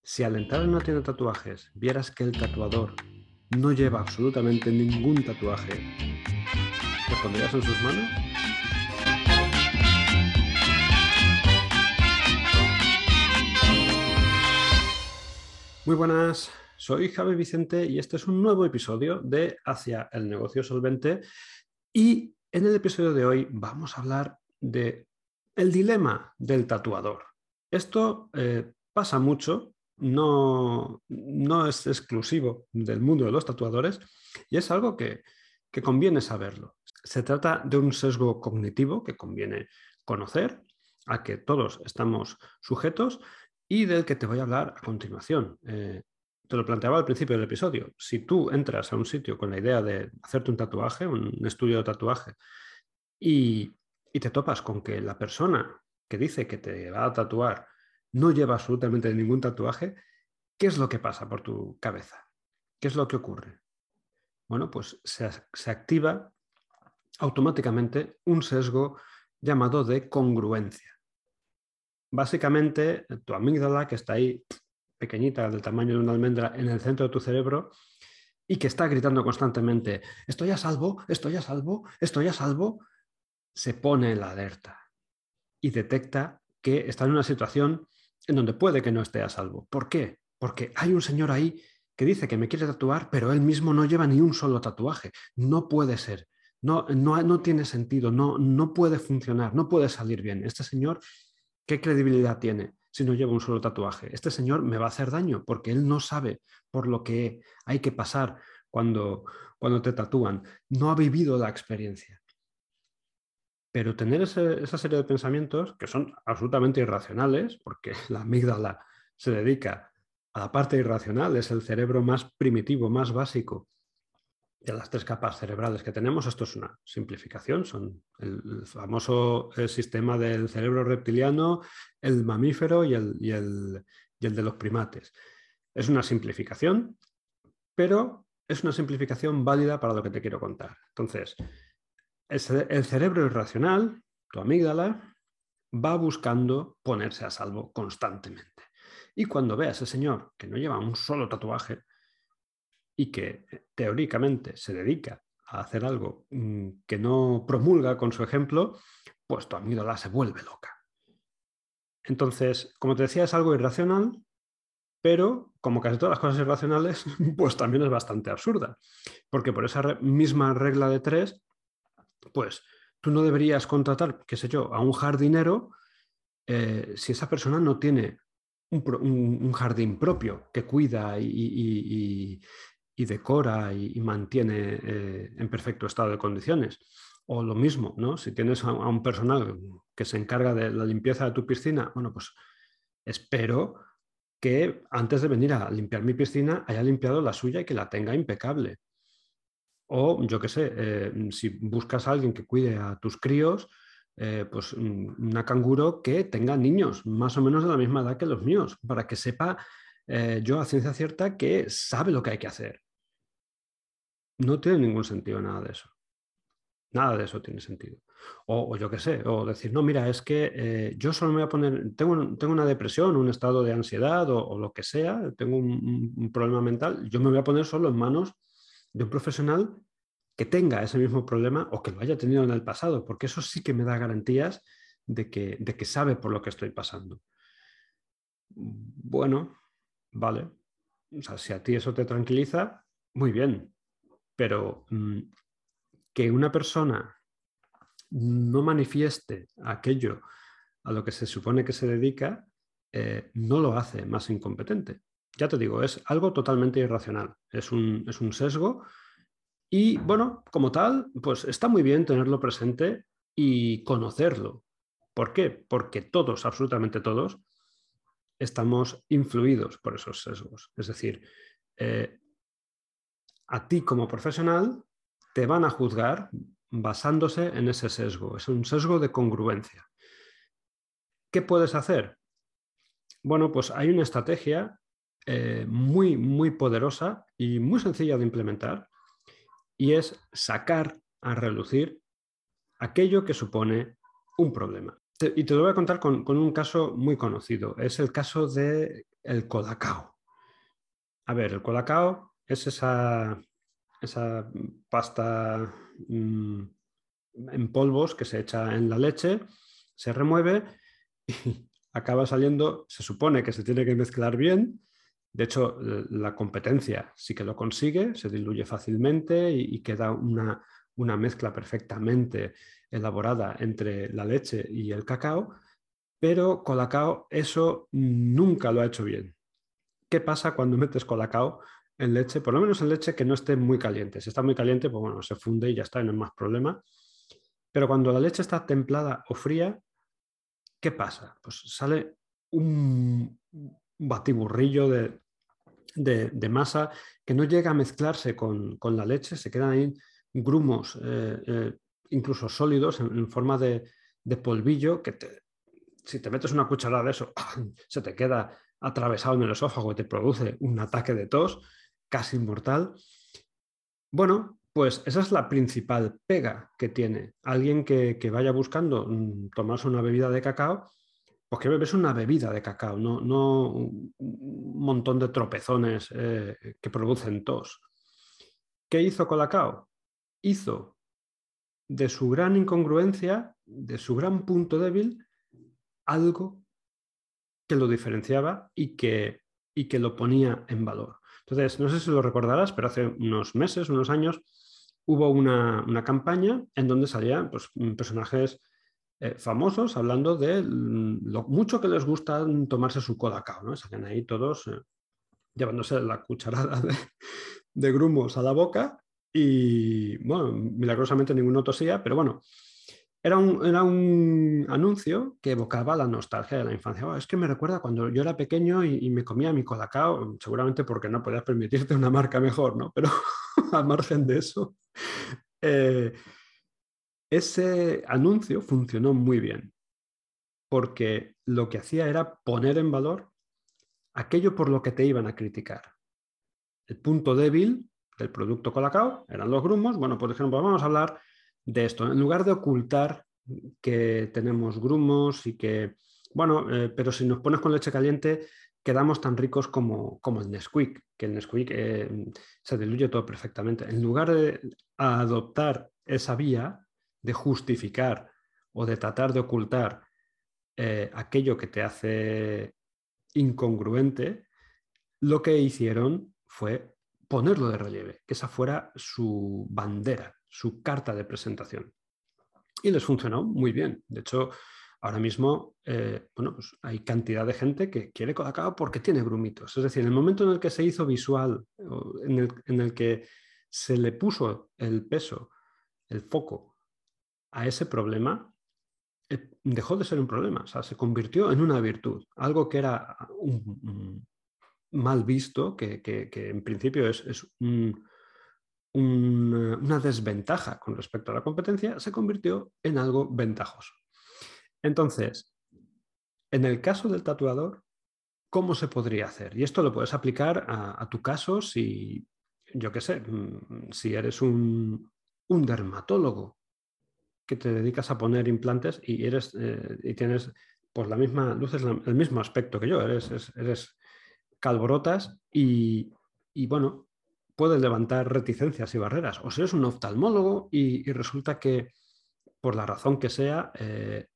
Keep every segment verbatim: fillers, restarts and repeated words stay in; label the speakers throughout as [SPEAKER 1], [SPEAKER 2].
[SPEAKER 1] Si al entrar en una tienda de tatuajes vieras que el tatuador no lleva absolutamente ningún tatuaje, ¿te pondrías en sus manos? Muy buenas, soy Javi Vicente y este es un nuevo episodio de Hacia el negocio solvente. Y en el episodio de hoy vamos a hablar de el dilema del tatuador. Esto eh, pasa mucho, no, no es exclusivo del mundo de los tatuadores y es algo que, que conviene saberlo. Se trata de un sesgo cognitivo que conviene conocer, a que todos estamos sujetos y del que te voy a hablar a continuación. Eh, te lo planteaba al principio del episodio. Si tú entras a un sitio con la idea de hacerte un tatuaje, un estudio de tatuaje, y, y te topas con que la persona que dice que te va a tatuar no lleva absolutamente ningún tatuaje, ¿qué es lo que pasa por tu cabeza? ¿Qué es lo que ocurre? Bueno, pues se, se activa automáticamente un sesgo llamado de congruencia. Básicamente, tu amígdala, que está ahí pequeñita, del tamaño de una almendra, en el centro de tu cerebro, y que está gritando constantemente, estoy a salvo, estoy a salvo, estoy a salvo, se pone en la alerta y detecta que está en una situación en donde puede que no esté a salvo. ¿Por qué? Porque hay un señor ahí que dice que me quiere tatuar, pero él mismo no lleva ni un solo tatuaje. No puede ser. No, no, no tiene sentido, no, no puede funcionar, no puede salir bien. Este señor, ¿qué credibilidad tiene si no lleva un solo tatuaje? Este señor me va a hacer daño porque él no sabe por lo que hay que pasar cuando, cuando te tatúan. No ha vivido la experiencia. Pero tener ese, esa serie de pensamientos que son absolutamente irracionales, porque la amígdala se dedica a la parte irracional, es el cerebro más primitivo, más básico de las tres capas cerebrales que tenemos. Esto es una simplificación, son el, el famoso el sistema del cerebro reptiliano, el mamífero y el, y, el, y el de los primates. Es una simplificación, pero es una simplificación válida para lo que te quiero contar. Entonces, el cerebro irracional, tu amígdala, va buscando ponerse a salvo constantemente. Y cuando ve a ese señor que no lleva un solo tatuaje y que teóricamente se dedica a hacer algo que no promulga con su ejemplo, pues tu amígdala se vuelve loca. Entonces, como te decía, es algo irracional, pero como casi todas las cosas irracionales, pues también es bastante absurda. Porque por esa re- misma regla de tres, pues tú no deberías contratar, qué sé yo, a un jardinero eh, si esa persona no tiene un, un, un jardín propio que cuida y, y, y, y decora y, y mantiene eh, en perfecto estado de condiciones. O lo mismo, ¿no? Si tienes a, a un personal que se encarga de la limpieza de tu piscina, bueno, pues espero que antes de venir a limpiar mi piscina haya limpiado la suya y que la tenga impecable. O, yo qué sé, eh, si buscas a alguien que cuide a tus críos, eh, pues una canguro que tenga niños más o menos de la misma edad que los míos, para que sepa eh, yo a ciencia cierta que sabe lo que hay que hacer. No tiene ningún sentido nada de eso. Nada de eso tiene sentido. O, o yo qué sé, o decir, no, mira, es que eh, yo solo me voy a poner, tengo, tengo una depresión, un estado de ansiedad o, o lo que sea, tengo un, un problema mental, yo me voy a poner solo en manos de un profesional que tenga ese mismo problema o que lo haya tenido en el pasado, porque eso sí que me da garantías de que, de que sabe por lo que estoy pasando. Bueno, vale. O sea, si a ti eso te tranquiliza, muy bien. Pero mmm, que una persona no manifieste aquello a lo que se supone que se dedica, eh, no lo hace más incompetente. Ya te digo, es algo totalmente irracional. Es un, es un sesgo. Y bueno, como tal, pues está muy bien tenerlo presente y conocerlo. ¿Por qué? Porque todos, absolutamente todos, estamos influidos por esos sesgos. Es decir, eh, a ti como profesional te van a juzgar basándose en ese sesgo. Es un sesgo de congruencia. ¿Qué puedes hacer? Bueno, pues hay una estrategia eh, muy, muy poderosa y muy sencilla de implementar, y es sacar a relucir aquello que supone un problema. Te- y te lo voy a contar con, con un caso muy conocido. Es el caso del Colacao. A ver, el Colacao es esa, esa pasta mm, en polvos que se echa en la leche, se remueve y acaba saliendo, se supone que se tiene que mezclar bien. De hecho, la competencia sí que lo consigue, se diluye fácilmente y, y queda una, una mezcla perfectamente elaborada entre la leche y el cacao, pero Colacao eso nunca lo ha hecho bien. ¿Qué pasa cuando metes Colacao en leche? Por lo menos en leche que no esté muy caliente. Si está muy caliente, pues bueno, se funde y ya está, no hay más problema. Pero cuando la leche está templada o fría, ¿qué pasa? Pues sale un batiburrillo de, de, de masa que no llega a mezclarse con, con la leche, se quedan ahí grumos, eh, eh, incluso sólidos, en, en forma de, de polvillo, que te, si te metes una cucharada de eso, se te queda atravesado en el esófago y te produce un ataque de tos casi mortal. Bueno, pues esa es la principal pega que tiene. Alguien que, que vaya buscando mm, tomarse una bebida de cacao, pues que bebes una bebida de cacao, no, no un montón de tropezones eh, que producen tos. ¿Qué hizo Colacao? Hizo de su gran incongruencia, de su gran punto débil, algo que lo diferenciaba y que, y que lo ponía en valor. Entonces, no sé si lo recordarás, pero hace unos meses, unos años, hubo una, una campaña en donde salían pues, personajes eh, famosos hablando de lo mucho que les gusta tomarse su Colacao, ¿no? Salían ahí todos eh, llevándose la cucharada de, de grumos a la boca y, bueno, milagrosamente ninguno tosía, pero bueno, era un, era un anuncio que evocaba la nostalgia de la infancia. Oh, es que me recuerda cuando yo era pequeño y, y me comía mi Colacao, seguramente porque no podías permitirte una marca mejor, ¿no? Pero al margen de eso, eh, ese anuncio funcionó muy bien porque lo que hacía era poner en valor aquello por lo que te iban a criticar. El punto débil del producto Colacao eran los grumos. Bueno, por ejemplo, vamos a hablar de esto. En lugar de ocultar que tenemos grumos y que, bueno, eh, pero si nos pones con leche caliente, quedamos tan ricos como, como el Nesquik, que el Nesquik eh, se diluye todo perfectamente. En lugar de adoptar esa vía de justificar o de tratar de ocultar eh, aquello que te hace incongruente, lo que hicieron fue ponerlo de relieve, que esa fuera su bandera, su carta de presentación. Y les funcionó muy bien. De hecho, ahora mismo eh, bueno, pues hay cantidad de gente que quiere Colacao porque tiene grumitos. Es decir, en el momento en el que se hizo visual, en el, en el que se le puso el peso, el foco a ese problema, eh, dejó de ser un problema. O sea, se convirtió en una virtud. Algo que era un, un mal visto, que, que, que en principio es, es un, un, una desventaja con respecto a la competencia, se convirtió en algo ventajoso. Entonces, en el caso del tatuador, ¿cómo se podría hacer? Y esto lo puedes aplicar a, a tu caso si, yo qué sé, si eres un, un dermatólogo que te dedicas a poner implantes y, eres, eh, y tienes pues la misma, luces la, el mismo aspecto que yo, eres, eres, eres calborotas y, y, bueno, puedes levantar reticencias y barreras. O si eres un oftalmólogo y, y resulta que por la razón que sea eh,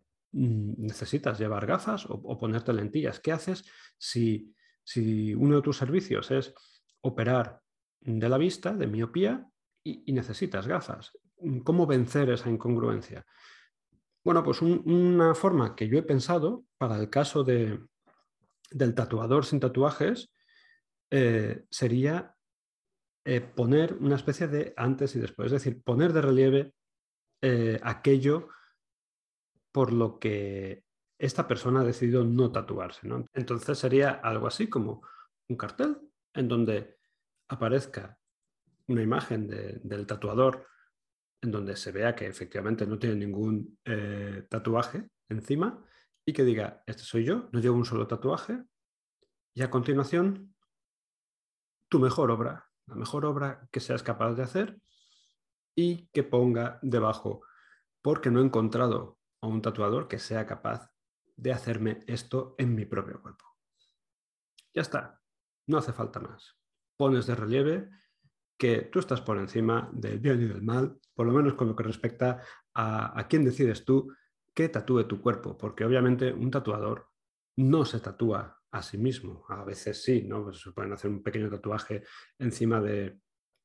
[SPEAKER 1] necesitas llevar gafas o, o, ponerte lentillas. ¿Qué haces si, si uno de tus servicios es operar de la vista, de miopía, y, y necesitas gafas? ¿Cómo vencer esa incongruencia? Bueno, pues un, una forma que yo he pensado para el caso de, del tatuador sin tatuajes eh, sería eh, poner una especie de antes y después, es decir, poner de relieve eh, aquello por lo que esta persona ha decidido no tatuarse, ¿no? Entonces sería algo así como un cartel en donde aparezca una imagen de, del tatuador en donde se vea que efectivamente no tiene ningún eh, tatuaje encima y que diga, este soy yo, no llevo un solo tatuaje, y a continuación, tu mejor obra, la mejor obra que seas capaz de hacer y que ponga debajo, porque no he encontrado o un tatuador que sea capaz de hacerme esto en mi propio cuerpo. Ya está, no hace falta más. Pones de relieve que tú estás por encima del bien y del mal, por lo menos con lo que respecta a, a quién decides tú que tatúe tu cuerpo, porque obviamente un tatuador no se tatúa a sí mismo, a veces sí, ¿no? Pues se pueden hacer un pequeño tatuaje encima de,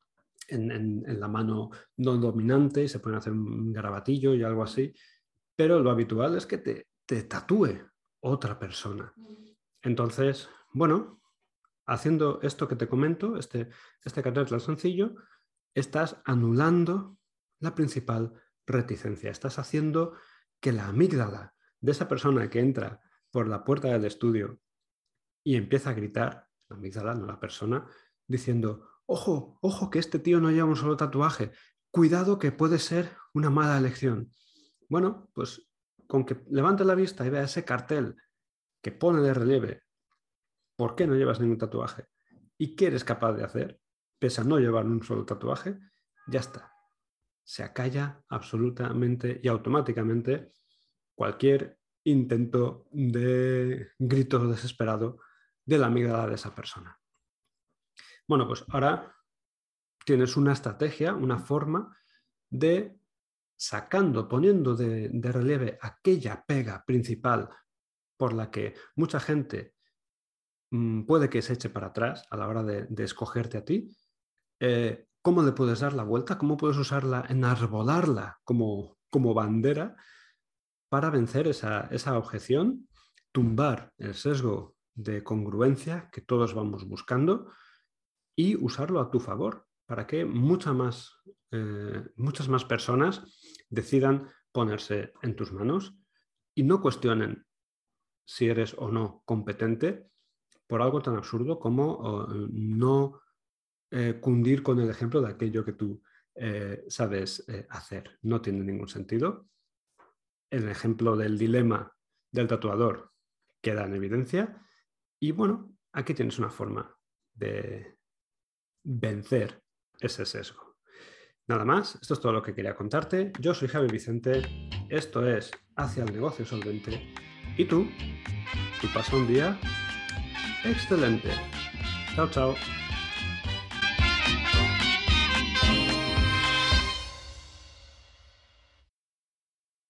[SPEAKER 1] en, en, en la mano no dominante y se pueden hacer un garabatillo y algo así, pero lo habitual es que te, te tatúe otra persona. Entonces, bueno, haciendo esto que te comento, este, este cartel tan sencillo, estás anulando la principal reticencia. Estás haciendo que la amígdala de esa persona que entra por la puerta del estudio y empieza a gritar, la amígdala, no la persona, diciendo, ojo, ojo, que este tío no lleva un solo tatuaje, cuidado que puede ser una mala elección. Bueno, pues con que levante la vista y vea ese cartel que pone de relieve por qué no llevas ningún tatuaje y qué eres capaz de hacer, pese a no llevar un solo tatuaje, ya está. Se acalla absolutamente y automáticamente cualquier intento de grito desesperado de la amígdala de esa persona. Bueno, pues ahora tienes una estrategia, una forma de sacando, poniendo de, de relieve aquella pega principal por la que mucha gente mmm, puede que se eche para atrás a la hora de, de escogerte a ti. Eh, ¿Cómo le puedes dar la vuelta? ¿Cómo puedes usarla, enarbolarla como, como bandera para vencer esa, esa objeción, tumbar el sesgo de congruencia que todos vamos buscando y usarlo a tu favor para que mucha más, eh, muchas más personas decidan ponerse en tus manos y no cuestionen si eres o no competente por algo tan absurdo como uh, no eh, cundir con el ejemplo de aquello que tú eh, sabes eh, hacer. No tiene ningún sentido. El ejemplo del dilema del tatuador queda en evidencia y bueno, aquí tienes una forma de vencer ese sesgo. Nada más, esto es todo lo que quería contarte. Yo soy Javi Vicente, esto es Hacia el Negocio Solvente y tú, tú pasa un día excelente. Chao, chao.